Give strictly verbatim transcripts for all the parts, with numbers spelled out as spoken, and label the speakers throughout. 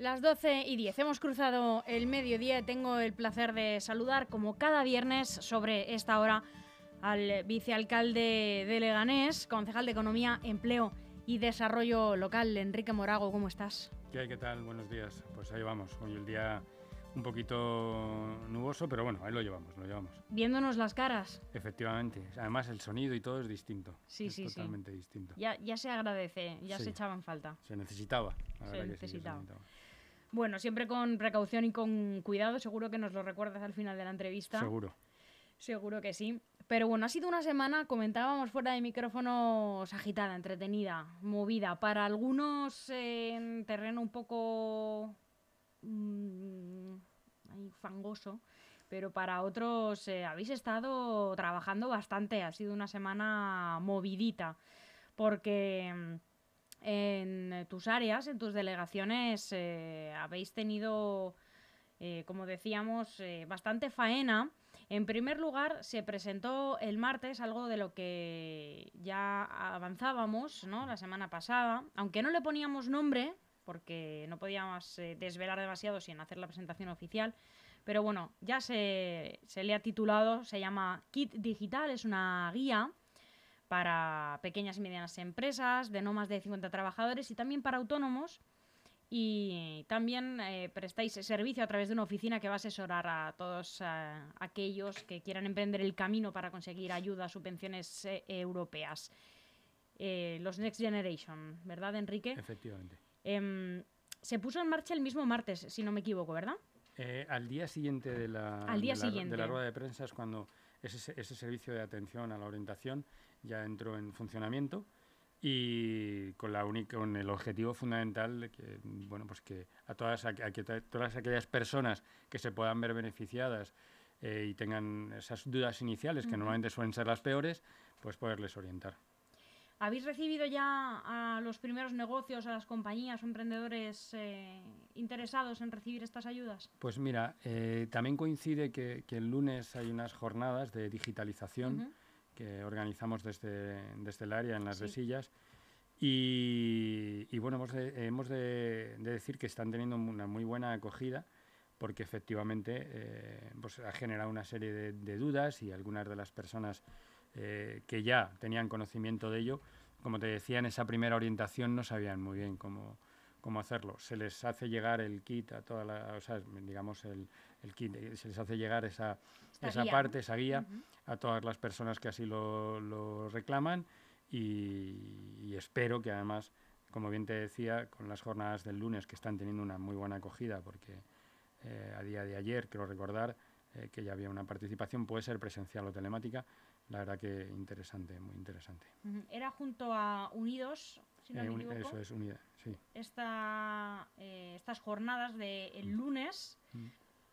Speaker 1: Las doce y diez. Hemos cruzado el mediodía. Tengo el placer de saludar, como cada viernes, sobre esta hora, al vicealcalde de Leganés, concejal de Economía, Empleo y Desarrollo Local, Enrique Morago. ¿Cómo estás?
Speaker 2: ¿Qué hay? ¿Qué tal? Buenos días. Pues ahí vamos. Hoy el día un poquito nuboso, pero bueno, ahí lo llevamos, lo llevamos.
Speaker 1: Viéndonos las caras.
Speaker 2: Efectivamente. Además, el sonido y todo es distinto.
Speaker 1: Sí,
Speaker 2: es
Speaker 1: sí,
Speaker 2: totalmente
Speaker 1: sí.
Speaker 2: distinto.
Speaker 1: Ya, ya se agradece, ya
Speaker 2: Sí.
Speaker 1: se echaba en falta.
Speaker 2: Se necesitaba. La
Speaker 1: Se
Speaker 2: verdad que
Speaker 1: necesitaba.
Speaker 2: sí, que se necesitaba.
Speaker 1: Bueno, siempre con precaución y con cuidado. Seguro que nos lo recuerdas al final de la entrevista.
Speaker 2: Seguro.
Speaker 1: Seguro que sí. Pero bueno, ha sido una semana, comentábamos fuera de micrófonos, agitada, entretenida, movida. Para algunos eh, en terreno un poco mmm, ahí, fangoso, pero para otros eh, habéis estado trabajando bastante. Ha sido una semana movidita, porque mm, en tus áreas, en tus delegaciones, eh, habéis tenido, eh, como decíamos, eh, bastante faena. En primer lugar, se presentó el martes algo de lo que ya avanzábamos, ¿no?, la semana pasada, aunque no le poníamos nombre, porque no podíamos eh, desvelar demasiado sin hacer la presentación oficial, pero bueno, ya se, se le ha titulado, se llama Kit Digital, es una guía para pequeñas y medianas empresas de no más de cincuenta trabajadores y también para autónomos. Y también eh, prestáis servicio a través de una oficina que va a asesorar a todos eh, aquellos que quieran emprender el camino para conseguir ayudas, subvenciones eh, europeas. Eh, los Next Generation, ¿verdad, Enrique?
Speaker 2: Efectivamente.
Speaker 1: Eh, se puso en marcha el mismo martes, si no me equivoco, ¿verdad?
Speaker 2: Eh, al día siguiente de la,
Speaker 1: Al día
Speaker 2: de, la,
Speaker 1: siguiente.
Speaker 2: de la rueda de prensa es cuando ese, ese servicio de atención a la orientación ya entró en funcionamiento. Y con la única, con el objetivo fundamental de que, bueno, pues que a todas, a, que todas aquellas personas que se puedan ver beneficiadas eh, y tengan esas dudas iniciales, que uh-huh. normalmente suelen ser las peores, pues poderles orientar.
Speaker 1: ¿Habéis recibido ya a los primeros negocios, a las compañías o emprendedores eh, interesados en recibir estas ayudas?
Speaker 2: Pues mira, eh, también coincide que, que el lunes hay unas jornadas de digitalización uh-huh. que organizamos desde, desde el área en las sí. resillas y, y bueno, hemos, de, hemos de, de decir que están teniendo una muy buena acogida porque efectivamente eh, pues ha generado una serie de, de dudas y algunas de las personas eh, que ya tenían conocimiento de ello, como te decía, en esa primera orientación no sabían muy bien cómo, cómo hacerlo. Se les hace llegar el kit a toda la, o sea, digamos el, el kit, se les hace llegar esa, esa
Speaker 1: guía,
Speaker 2: parte,
Speaker 1: ¿no?
Speaker 2: esa guía
Speaker 1: Uh-huh.
Speaker 2: a todas las personas que así lo, lo reclaman y, y espero que además, como bien te decía, con las jornadas del lunes que están teniendo una muy buena acogida porque eh, a día de ayer, creo recordar, eh, que ya había una participación, puede ser presencial o telemática, la verdad que interesante, muy interesante.
Speaker 1: Uh-huh. Era junto a Unidos, si no
Speaker 2: eh,
Speaker 1: me
Speaker 2: un,
Speaker 1: equivoco.
Speaker 2: Eso es, Unida, sí.
Speaker 1: Esta, eh, estas jornadas del de lunes,
Speaker 2: mm.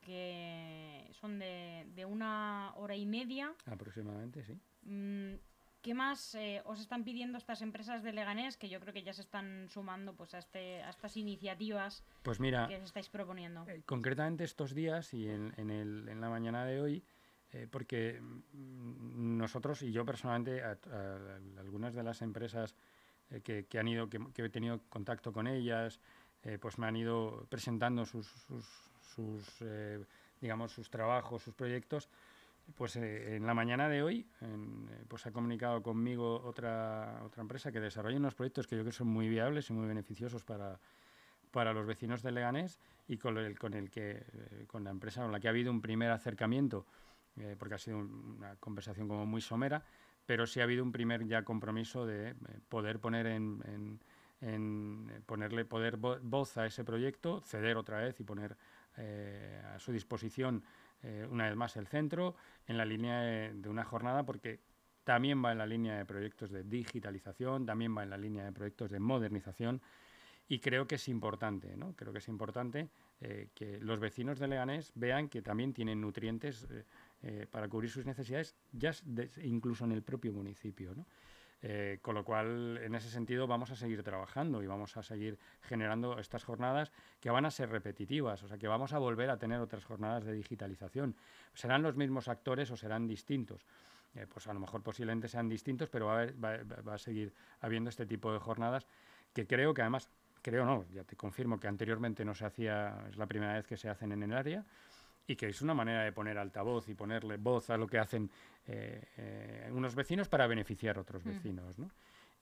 Speaker 1: que son de, de una hora y media.
Speaker 2: Aproximadamente, sí.
Speaker 1: Mm, ¿Qué más eh, os están pidiendo estas empresas de Leganés, que yo creo que ya se están sumando pues, a, este, a estas iniciativas
Speaker 2: pues mira,
Speaker 1: que os estáis proponiendo?
Speaker 2: Eh, concretamente estos días y en, en, el, en la mañana de hoy, eh, porque mm, nosotros y yo personalmente, a, a, a algunas de las empresas eh, que, que han ido, que, que he tenido contacto con ellas, eh, pues me han ido presentando sus, sus, sus eh, digamos, sus trabajos, sus proyectos. Pues eh, en la mañana de hoy en, eh, pues ha comunicado conmigo otra, otra empresa que desarrolla unos proyectos que yo creo que son muy viables y muy beneficiosos para, para los vecinos de Leganés y con el, con el que eh, con la empresa con la que ha habido un primer acercamiento, eh, porque ha sido un, una conversación como muy somera, pero sí ha habido un primer ya compromiso de eh, poder poner en, en, en ponerle poder vo voz a ese proyecto, ceder otra vez y poner eh, a su disposición Eh, una vez más el centro en la línea de, de una jornada, porque también va en la línea de proyectos de digitalización, también va en la línea de proyectos de modernización y creo que es importante, ¿no? Creo que es importante eh, que los vecinos de Leganés vean que también tienen nutrientes eh, eh, para cubrir sus necesidades, ya de, incluso en el propio municipio, ¿no? Eh, con lo cual, en ese sentido, vamos a seguir trabajando y vamos a seguir generando estas jornadas que van a ser repetitivas, o sea, que vamos a volver a tener otras jornadas de digitalización. ¿Serán los mismos actores o serán distintos? Eh, pues a lo mejor posiblemente sean distintos, pero va a, haber, va, va a seguir habiendo este tipo de jornadas que creo que además creo, no, ya te confirmo que anteriormente no se hacía, es la primera vez que se hacen en el área, y que es una manera de poner altavoz y ponerle voz a lo que hacen eh, eh, unos vecinos para beneficiar a otros vecinos, ¿no?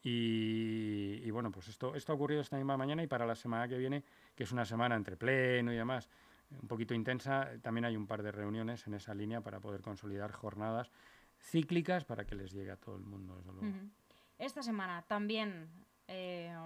Speaker 2: Y, y bueno, pues esto, esto ha ocurrido esta misma mañana, y para la semana que viene, que es una semana entre pleno y demás, un poquito intensa, también hay un par de reuniones en esa línea para poder consolidar jornadas cíclicas para que les llegue a todo el mundo. Eso luego.
Speaker 1: Uh-huh. Esta semana también eh,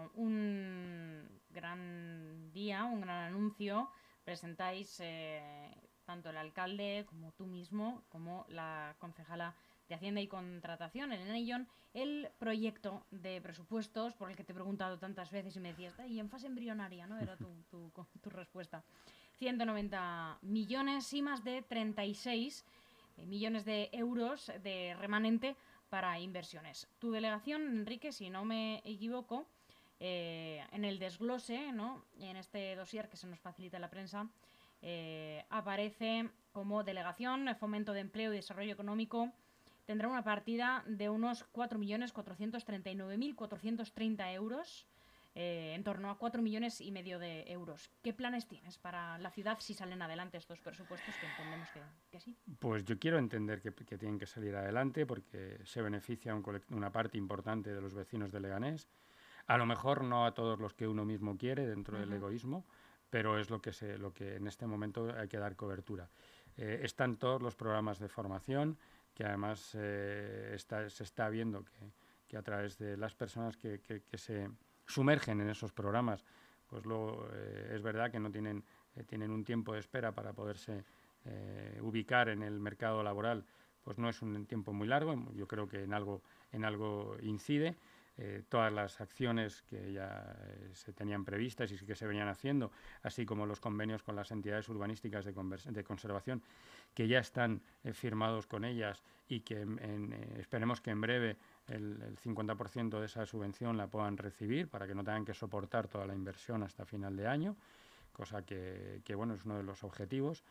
Speaker 1: un gran día, un gran anuncio. Presentáis eh, tanto el alcalde como tú mismo, como la concejala de Hacienda y Contratación, Elena Illón, el proyecto de presupuestos por el que te he preguntado tantas veces y me decías, y en fase embrionaria, ¿no? Era tu, tu, tu respuesta. ciento noventa millones y más de treinta y seis millones de euros de remanente para inversiones. Tu delegación, Enrique, si no me equivoco, eh, en el desglose, ¿no? En este dossier que se nos facilita la prensa, eh, aparece como delegación Fomento de Empleo y Desarrollo Económico. Tendrá una partida de unos cuatro millones cuatrocientos treinta y nueve mil cuatrocientos treinta euros, eh, en torno a cuatro millones y medio de euros. ¿Qué planes tienes para la ciudad si salen adelante estos presupuestos, que entendemos que, que sí?
Speaker 2: Pues yo quiero entender que, que tienen que salir adelante porque se beneficia un una parte importante de los vecinos de Leganés. A lo mejor no a todos los que uno mismo quiere dentro uh-huh. del egoísmo, pero es lo que, se, lo que en este momento hay que dar cobertura. Eh, están todos los programas de formación, que además eh, está, se está viendo que, que a través de las personas que, que, que se sumergen en esos programas, pues luego eh, es verdad que no tienen, eh, tienen un tiempo de espera para poderse eh, ubicar en el mercado laboral, pues no es un tiempo muy largo. Yo creo que en algo, en algo incide. Eh, todas las acciones que ya eh, se tenían previstas y que se venían haciendo, así como los convenios con las entidades urbanísticas de, de conservación, que ya están eh, firmados con ellas y que en, en, eh, esperemos que en breve el, el cincuenta por ciento de esa subvención la puedan recibir para que no tengan que soportar toda la inversión hasta final de año, cosa que, que bueno, es uno de los objetivos.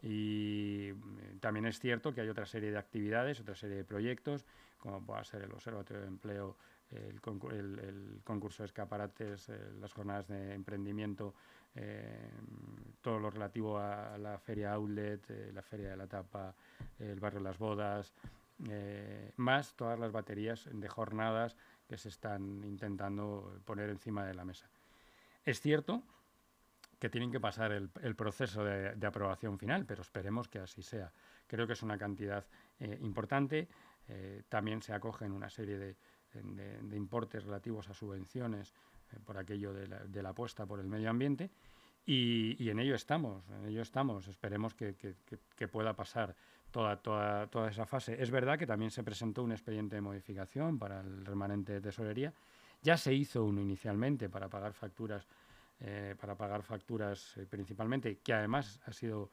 Speaker 2: Y eh, también es cierto que hay otra serie de actividades, otra serie de proyectos, como pueda ser el Observatorio de Empleo, el, el, el concurso de escaparates, eh, las jornadas de emprendimiento, eh, todo lo relativo a, a la feria Outlet, eh, la feria de la tapa, eh, el barrio Las Bodas, eh, más todas las baterías de jornadas que se están intentando poner encima de la mesa. Es cierto que tienen que pasar el, el proceso de, de aprobación final, pero esperemos que así sea. Creo que es una cantidad eh, importante. Eh, también se acogen una serie de, de, de importes relativos a subvenciones eh, por aquello de la, de la apuesta por el medio ambiente, y, y en ello estamos, en ello estamos. Esperemos que, que, que, que pueda pasar toda, toda, toda esa fase. Es verdad que también se presentó un expediente de modificación para el remanente de tesorería. Ya se hizo uno inicialmente para pagar facturas Eh, para pagar facturas eh, principalmente, que además ha sido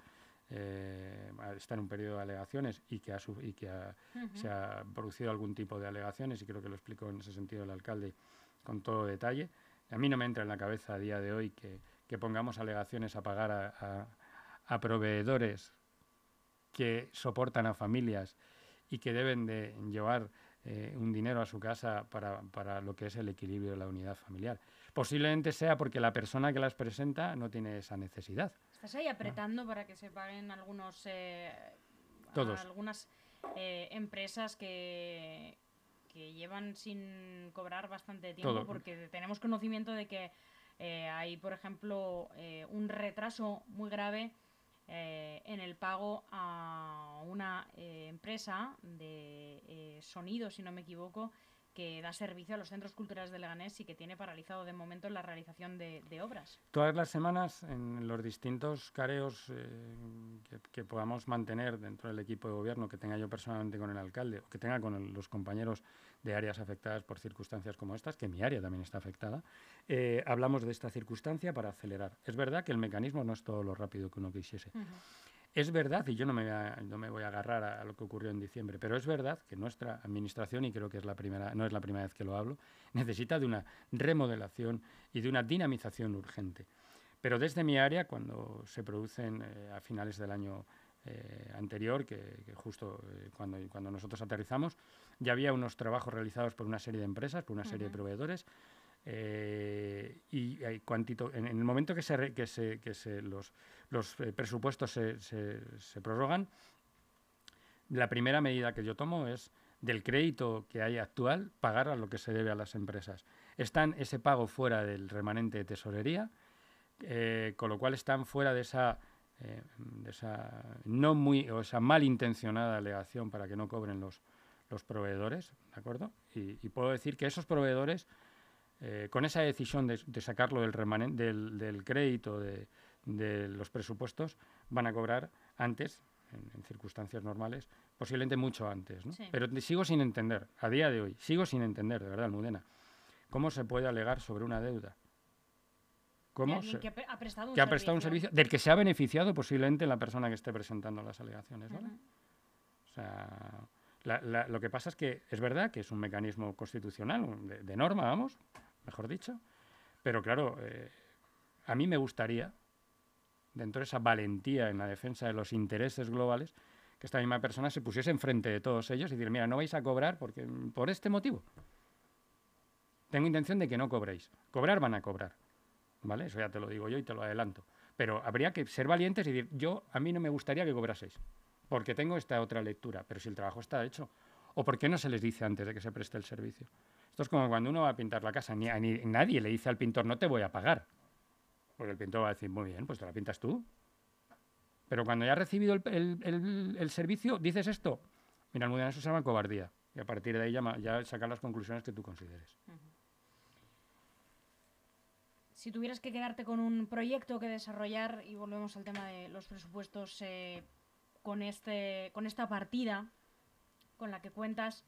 Speaker 2: eh, está en un periodo de alegaciones y que, ha, y que ha, uh-huh. se ha producido algún tipo de alegaciones, y creo que lo explicó en ese sentido el alcalde con todo detalle. A mí no me entra en la cabeza a día de hoy que, que pongamos alegaciones a pagar a, a, a proveedores que soportan a familias y que deben de llevar eh, un dinero a su casa para, para lo que es el equilibrio de la unidad familiar. Posiblemente sea porque la persona que las presenta no tiene esa necesidad.
Speaker 1: ¿Estás ahí apretando ¿no? para que se paguen algunos eh,
Speaker 2: Todos.
Speaker 1: algunas eh, empresas que, que llevan sin cobrar bastante tiempo?
Speaker 2: Todo.
Speaker 1: Porque tenemos conocimiento de que eh, hay, por ejemplo, eh, un retraso muy grave eh, en el pago a una eh, empresa de eh, sonido, si no me equivoco, que da servicio a los centros culturales de Leganés y que tiene paralizado de momento la realización de, de obras.
Speaker 2: Todas las semanas, en los distintos careos eh, que, que podamos mantener dentro del equipo de gobierno, que tenga yo personalmente con el alcalde, o que tenga con el, los compañeros de áreas afectadas por circunstancias como estas, que mi área también está afectada, eh, hablamos de esta circunstancia para acelerar. Es verdad que el mecanismo no es todo lo rápido que uno quisiese. Uh-huh. Es verdad, y yo no me, voy a, no me voy a agarrar a, a lo que ocurrió en diciembre, pero es verdad que nuestra administración, y creo que es la primera, no es la primera vez que lo hablo, necesita de una remodelación y de una dinamización urgente. Pero desde mi área, cuando se producen eh, a finales del año eh, anterior, que, que justo eh, cuando, cuando nosotros aterrizamos, ya había unos trabajos realizados por una serie de empresas, por una serie uh-huh. de proveedores, eh, y hay cuantito, en, en el momento que, se, re, que, se, que se, los, los eh, presupuestos se, se, se prorrogan, la primera medida que yo tomo es del crédito que hay actual, pagar a lo que se debe a las empresas. Están ese pago fuera del remanente de tesorería, eh, con lo cual están fuera de esa, eh, de esa no muy o esa malintencionada alegación para que no cobren los, los proveedores, ¿de acuerdo? Y, y puedo decir que esos proveedores, eh, con esa decisión de, de sacarlo del, remanente, del, del crédito de, de los presupuestos, van a cobrar antes, en, en circunstancias normales, posiblemente mucho antes, ¿no?
Speaker 1: Sí.
Speaker 2: Pero sigo sin entender, a día de hoy, sigo sin entender, de verdad, Almudena, cómo se puede alegar sobre una deuda. ¿Cómo
Speaker 1: alguien
Speaker 2: se,
Speaker 1: que ha prestado un
Speaker 2: que ha
Speaker 1: servicio.
Speaker 2: prestado un servicio del que se ha beneficiado posiblemente la persona que esté presentando las alegaciones, ¿vale? Uh-huh. O sea, la, la, lo que pasa es que es verdad que es un mecanismo constitucional, de, de norma, vamos, mejor dicho, pero claro, eh, a mí me gustaría, dentro de esa valentía en la defensa de los intereses globales, que esta misma persona se pusiese enfrente de todos ellos y decir, mira, no vais a cobrar porque por este motivo. Tengo intención de que no cobréis. Cobrar van a cobrar, ¿vale? Eso ya te lo digo yo y te lo adelanto. Pero habría que ser valientes y decir, yo, a mí no me gustaría que cobraseis, porque tengo esta otra lectura, pero si el trabajo está hecho. ¿O por qué no se les dice antes de que se preste el servicio? Esto es como cuando uno va a pintar la casa, ni, ni nadie le dice al pintor, no te voy a pagar. Porque el pintor va a decir, muy bien, pues te la pintas tú. Pero cuando ya has recibido el, el, el, el servicio, dices esto. Mira, Almudena, eso se llama cobardía. Y a partir de ahí ya, ya sacar las conclusiones que tú consideres. Uh-huh.
Speaker 1: Si tuvieras que quedarte con un proyecto que desarrollar, y volvemos al tema de los presupuestos, eh, con, este, con esta partida con la que cuentas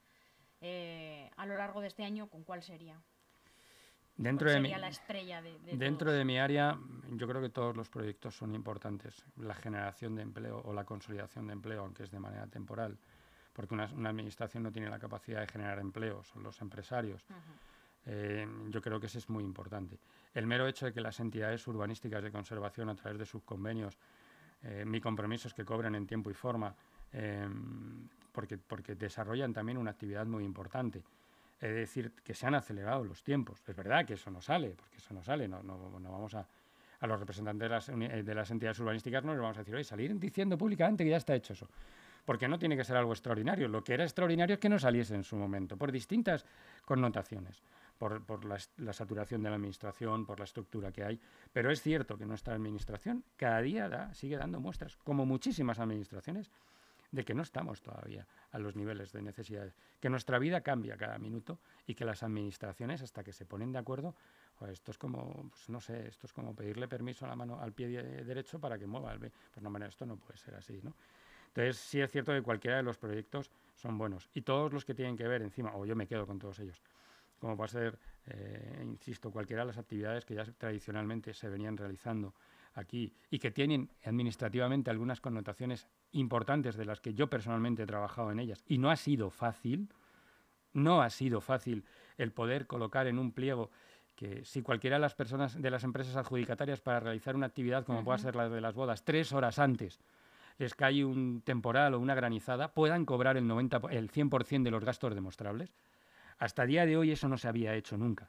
Speaker 1: eh, a lo largo de este año, ¿con cuál sería?
Speaker 2: Dentro de, mi,
Speaker 1: la estrella de, de
Speaker 2: dentro
Speaker 1: todos?
Speaker 2: de mi área, yo creo que todos los proyectos son importantes. La generación de empleo o la consolidación de empleo, aunque es de manera temporal, porque una, una administración no tiene la capacidad de generar empleo, son los empresarios. Uh-huh. eh, yo creo que ese es muy importante. El mero hecho de que las entidades urbanísticas de conservación, a través de sus convenios, eh, mi compromiso es que cobren en tiempo y forma, eh, porque, porque desarrollan también una actividad muy importante. Es decir, que se han acelerado los tiempos. Es verdad que eso no sale, porque eso no sale. No, no, no vamos a, a los representantes de las, de las entidades urbanísticas no les vamos a decir, oye, salir diciendo públicamente que ya está hecho eso. Porque no tiene que ser algo extraordinario. Lo que era extraordinario es que no saliese en su momento, por distintas connotaciones, por, por la, la saturación de la administración, por la estructura que hay. Pero es cierto que nuestra administración cada día da, sigue dando muestras, como muchísimas administraciones, de que no estamos todavía a los niveles de necesidades, que nuestra vida cambia cada minuto y que las administraciones, hasta que se ponen de acuerdo, pues esto es como, pues no sé, esto es como pedirle permiso a la mano, al pie de derecho para que mueva el pie. Pues no, manera, esto no puede ser así, ¿no? Entonces sí es cierto que cualquiera de los proyectos son buenos y todos los que tienen que ver encima, o yo me quedo con todos ellos, como va a ser, eh, insisto, cualquiera de las actividades que ya tradicionalmente se venían realizando aquí y que tienen administrativamente algunas connotaciones importantes de las que yo personalmente he trabajado en ellas y no ha sido fácil, no ha sido fácil el poder colocar en un pliego que si cualquiera de las personas de las empresas adjudicatarias para realizar una actividad como uh-huh. pueda ser la de las bodas, tres horas antes les cae un temporal o una granizada, puedan cobrar el, noventa, el cien por ciento de los gastos demostrables. Hasta el día de hoy eso no se había hecho nunca.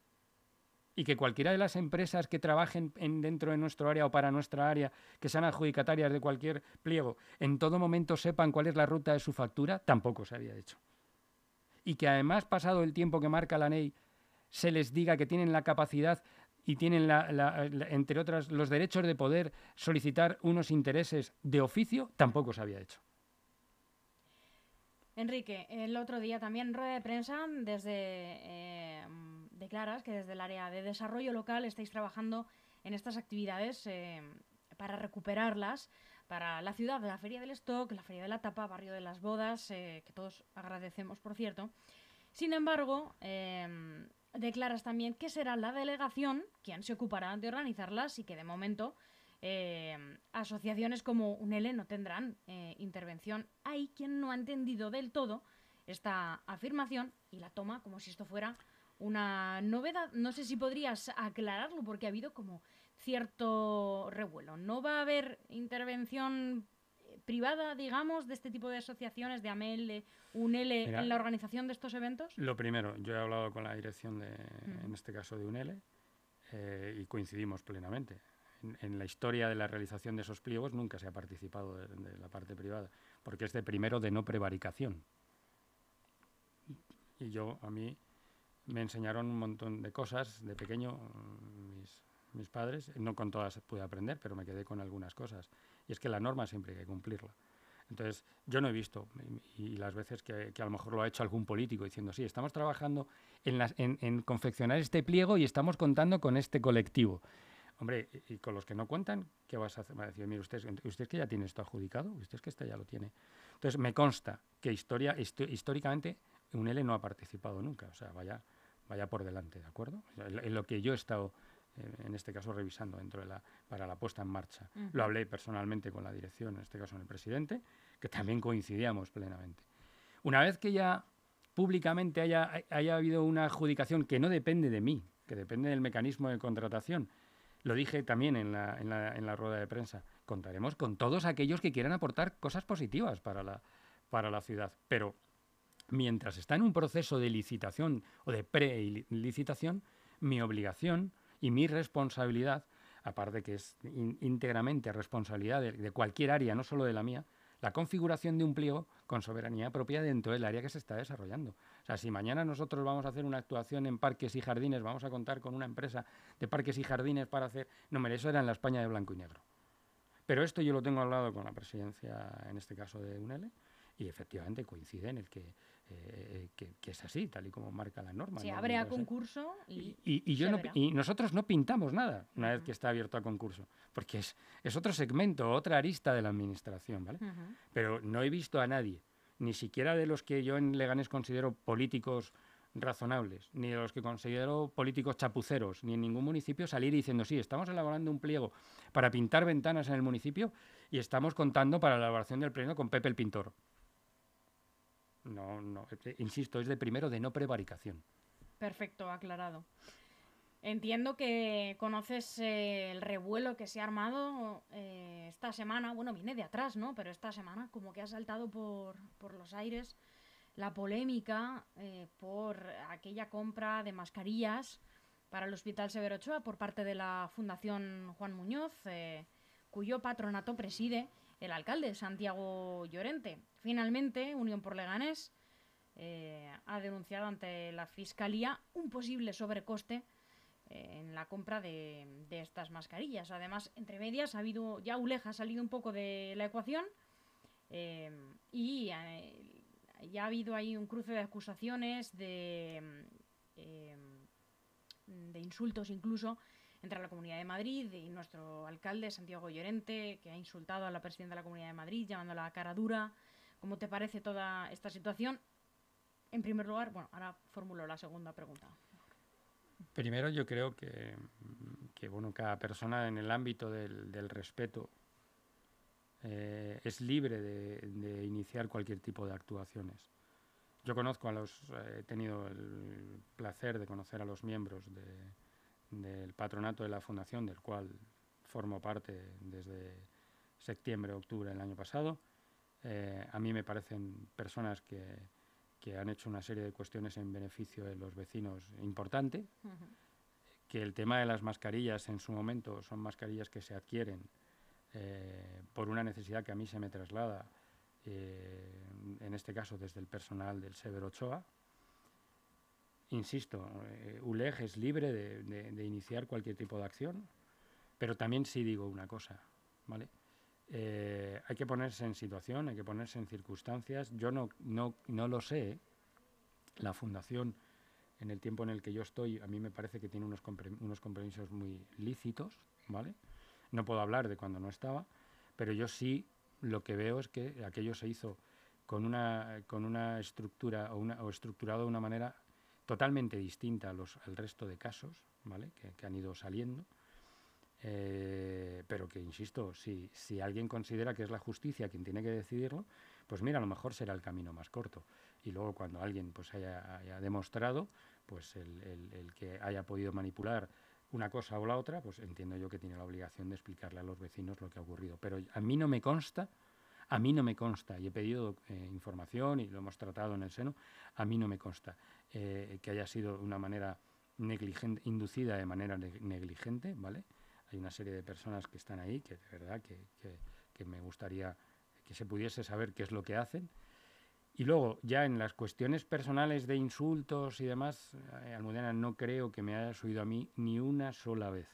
Speaker 2: Y que cualquiera de las empresas que trabajen en, dentro de nuestro área o para nuestra área, que sean adjudicatarias de cualquier pliego, en todo momento sepan cuál es la ruta de su factura, tampoco se había hecho. Y que además, pasado el tiempo que marca la ley, se les diga que tienen la capacidad y tienen, la, la, la, entre otras, los derechos de poder solicitar unos intereses de oficio, tampoco se había hecho.
Speaker 1: Enrique, el otro día también en rueda de prensa desde eh, declaras que desde el área de desarrollo local estáis trabajando en estas actividades eh, para recuperarlas para la ciudad, la Feria del Stock, la Feria de la Tapa, Barrio de las Bodas, eh, que todos agradecemos, por cierto. Sin embargo, eh, declaras también que será la delegación quien se ocupará de organizarlas y que de momento Eh, asociaciones como UNELE no tendrán eh, intervención. Hay quien no ha entendido del todo esta afirmación y la toma como si esto fuera una novedad. No sé si podrías aclararlo porque ha habido como cierto revuelo. ¿No va a haber intervención privada, digamos, de este tipo de asociaciones, de AMEL, de UNELE,
Speaker 2: Mira,
Speaker 1: en la organización de estos eventos?
Speaker 2: Lo primero, yo he hablado con la dirección, de,
Speaker 1: Mm.
Speaker 2: en este caso de UNELE, eh, y coincidimos plenamente. En, en la historia de la realización de esos pliegos nunca se ha participado de, de la parte privada, porque es de primero de no prevaricación. Y yo, a mí, me enseñaron un montón de cosas de pequeño, mis, mis padres, no con todas pude aprender, pero me quedé con algunas cosas. Y es que la norma siempre hay que cumplirla. Entonces, yo no he visto, y, y las veces que, que a lo mejor lo ha hecho algún político diciendo, sí, estamos trabajando en, las, en, en confeccionar este pliego y estamos contando con este colectivo. Hombre, y, y con los que no cuentan, ¿qué vas a hacer? Va a decir, mire, usted, usted es que ya tiene esto adjudicado, usted es que este ya lo tiene. Entonces, me consta que historia, histo, históricamente UNELE no ha participado nunca, o sea, vaya, vaya por delante, ¿de acuerdo? O sea, en, en lo que yo he estado, eh, en este caso, revisando dentro de la, para la puesta en marcha. Uh-huh. Lo hablé personalmente con la dirección, en este caso con el presidente, que también coincidíamos plenamente. Una vez que ya públicamente haya, haya habido una adjudicación que no depende de mí, que depende del mecanismo de contratación, lo dije también en la, en la, en la rueda de prensa, contaremos con todos aquellos que quieran aportar cosas positivas para la, para la ciudad. Pero mientras está en un proceso de licitación o de pre-licitación, mi obligación y mi responsabilidad, aparte que es in, íntegramente responsabilidad de, de cualquier área, no solo de la mía, la configuración de un pliego con soberanía propia dentro del área que se está desarrollando. O sea, si mañana nosotros vamos a hacer una actuación en parques y jardines, vamos a contar con una empresa de parques y jardines para hacer... No, hombre, eso era en la España de blanco y negro. Pero esto yo lo tengo hablado con la presidencia, en este caso de UNELE, y efectivamente coincide en el que, eh, que, que es así, tal y como marca la norma.
Speaker 1: Se
Speaker 2: ¿no?
Speaker 1: abre a concurso y,
Speaker 2: y, y, y, yo no, y nosotros no pintamos nada una uh-huh. vez que está abierto a concurso, porque es, es otro segmento, otra arista de la administración, ¿vale? Uh-huh. Pero no he visto a nadie, ni siquiera de los que yo en Leganés considero políticos razonables, ni de los que considero políticos chapuceros, ni en ningún municipio salir diciendo, sí, estamos elaborando un pliego para pintar ventanas en el municipio y estamos contando para la elaboración del pleno con Pepe el Pintor. No, no, insisto, es de primero de no prevaricación.
Speaker 1: Perfecto, aclarado. Entiendo que conoces eh, el revuelo que se ha armado eh, esta semana, bueno, viene de atrás, ¿no? Pero esta semana como que ha saltado por, por los aires la polémica eh, por aquella compra de mascarillas para el Hospital Severo Ochoa por parte de la Fundación Juan Muñoz, eh, cuyo patronato preside el alcalde Santiago Llorente. Finalmente, Unión por Leganés eh, ha denunciado ante la Fiscalía un posible sobrecoste eh, en la compra de, de estas mascarillas. Además, entre medias, ha habido ya Uleja ha salido un poco de la ecuación eh, y eh, ya ha habido ahí un cruce de acusaciones, de, eh, de insultos incluso, entre la Comunidad de Madrid y nuestro alcalde Santiago Llorente, que ha insultado a la presidenta de la Comunidad de Madrid, llamándola cara dura. ¿Cómo te parece toda esta situación? En primer lugar, bueno, ahora formulo la segunda pregunta.
Speaker 2: Primero, yo creo que, que bueno, cada persona en el ámbito del, del respeto eh, es libre de, de iniciar cualquier tipo de actuaciones. Yo conozco a los, eh, he tenido el placer de conocer a los miembros de del patronato de la fundación, del cual formo parte desde septiembre, octubre del año pasado. Eh, a mí me parecen personas que, que han hecho una serie de cuestiones en beneficio de los vecinos importante, uh-huh. que el tema de las mascarillas en su momento son mascarillas que se adquieren eh, por una necesidad que a mí se me traslada, eh, en este caso desde el personal del Severo Ochoa. Insisto, eh, U L E G es libre de, de, de iniciar cualquier tipo de acción, pero también sí digo una cosa, ¿vale? Eh, hay que ponerse en situación, hay que ponerse en circunstancias. Yo no, no, no lo sé. La fundación, en el tiempo en el que yo estoy, a mí me parece que tiene unos, compre- unos compromisos muy lícitos, ¿vale? No puedo hablar de cuando no estaba, pero yo sí lo que veo es que aquello se hizo con una, con una estructura o, una, o estructurado de una manera totalmente distinta a los, al resto de casos, ¿vale? que, que han ido saliendo, eh, pero que, insisto, si, si alguien considera que es la justicia quien tiene que decidirlo, pues mira, a lo mejor será el camino más corto. Y luego cuando alguien pues haya, haya demostrado pues el, el, el que haya podido manipular una cosa o la otra, pues entiendo yo que tiene la obligación de explicarle a los vecinos lo que ha ocurrido. Pero a mí no me consta A mí no me consta, y he pedido eh, información y lo hemos tratado en el seno, a mí no me consta eh, que haya sido de una manera negligente, inducida de manera ne- negligente, ¿vale? Hay una serie de personas que están ahí que de verdad que, que, que me gustaría que se pudiese saber qué es lo que hacen. Y luego, ya en las cuestiones personales de insultos y demás, eh, Almudena, no creo que me hayas oído a mí ni una sola vez,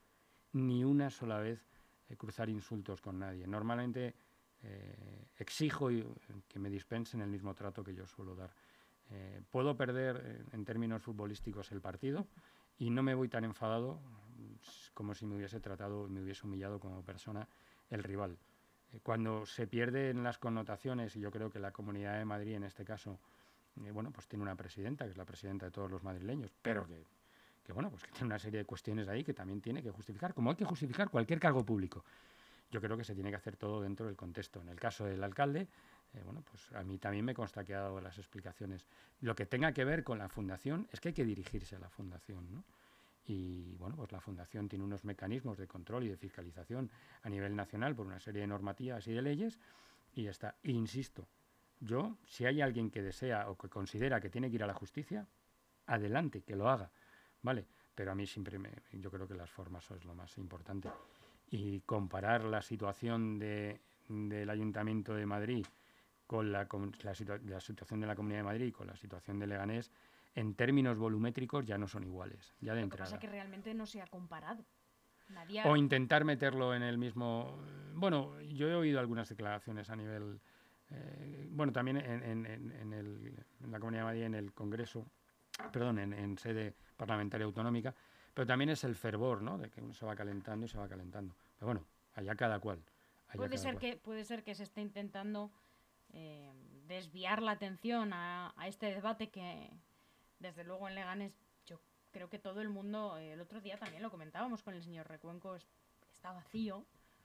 Speaker 2: ni una sola vez eh, cruzar insultos con nadie. Normalmente eh, exijo y, eh, que me dispensen el mismo trato que yo suelo dar. Eh, puedo perder, eh, en términos futbolísticos, el partido y no me voy tan enfadado mm, como si me hubiese tratado, me hubiese humillado como persona el rival. Eh, cuando se pierden las connotaciones, y yo creo que la Comunidad de Madrid en este caso, eh, bueno, pues tiene una presidenta, que es la presidenta de todos los madrileños, pero que, que, bueno, pues que tiene una serie de cuestiones ahí que también tiene que justificar, como hay que justificar cualquier cargo público. Yo creo que se tiene que hacer todo dentro del contexto. En el caso del alcalde, eh, bueno, pues a mí también me consta que ha dado las explicaciones. Lo que tenga que ver con la fundación es que hay que dirigirse a la fundación, ¿no? Y bueno, pues la Fundación tiene unos mecanismos de control y de fiscalización a nivel nacional por una serie de normativas y de leyes y ya está. E insisto, yo, si hay alguien que desea o que considera que tiene que ir a la justicia, adelante, que lo haga, ¿vale? Pero a mí siempre, me, yo creo que las formas es lo más importante. Y comparar la situación de, del Ayuntamiento de Madrid con la, con la, situa la situación de la Comunidad de Madrid con la situación de Leganés, en términos volumétricos ya no son iguales, ya de
Speaker 1: Lo
Speaker 2: entrada.
Speaker 1: que pasa es que realmente no se ha comparado. Nadie
Speaker 2: O
Speaker 1: ha...
Speaker 2: intentar meterlo en el mismo... Bueno, yo he oído algunas declaraciones a nivel... Eh, bueno, también en, en, en, el, en la Comunidad de Madrid, en el Congreso, perdón, en, en sede parlamentaria autonómica, pero también es el fervor, ¿no?, de que uno se va calentando y se va calentando. Pero bueno, allá cada cual. Allá
Speaker 1: Puede
Speaker 2: cada
Speaker 1: ser
Speaker 2: cual.
Speaker 1: que puede ser que se esté intentando eh, desviar la atención a, a este debate que, desde luego, en Leganés, yo creo que todo el mundo, eh, el otro día también lo comentábamos con el señor Recuenco, es, está vacío.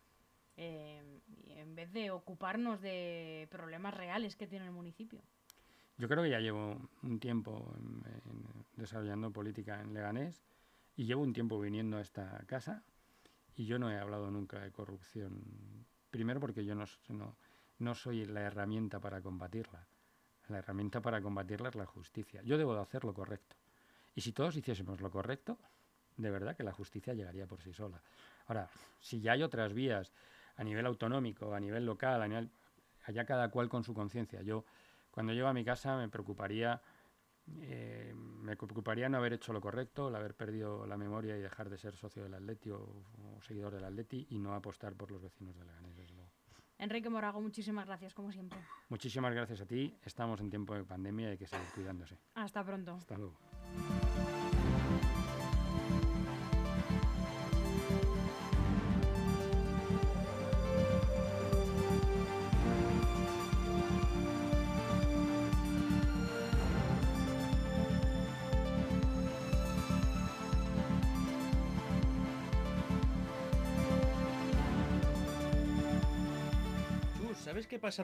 Speaker 1: Eh, y en vez de ocuparnos de problemas reales que tiene el municipio.
Speaker 2: Yo creo que ya llevo un tiempo en, en, desarrollando política en Leganés y llevo un tiempo viniendo a esta casa y yo no he hablado nunca de corrupción. Primero porque yo no, no, no soy la herramienta para combatirla. La herramienta para combatirla es la justicia. Yo debo de hacer lo correcto. Y si todos hiciésemos lo correcto, de verdad que la justicia llegaría por sí sola. Ahora, si ya hay otras vías a nivel autonómico, a nivel local, a nivel, allá cada cual con su conciencia. Yo, cuando llego a mi casa, me preocuparía, eh, me preocuparía no haber hecho lo correcto, el haber perdido la memoria y dejar de ser socio del Atleti o, o seguidor del Atleti y no apostar por los vecinos de Leganés, desde luego.
Speaker 1: Enrique Morago, muchísimas gracias, como siempre.
Speaker 2: Muchísimas gracias a ti. Estamos en tiempo de pandemia y hay que seguir cuidándose.
Speaker 1: Hasta pronto.
Speaker 2: Hasta luego.
Speaker 3: ¿Sabes qué pasa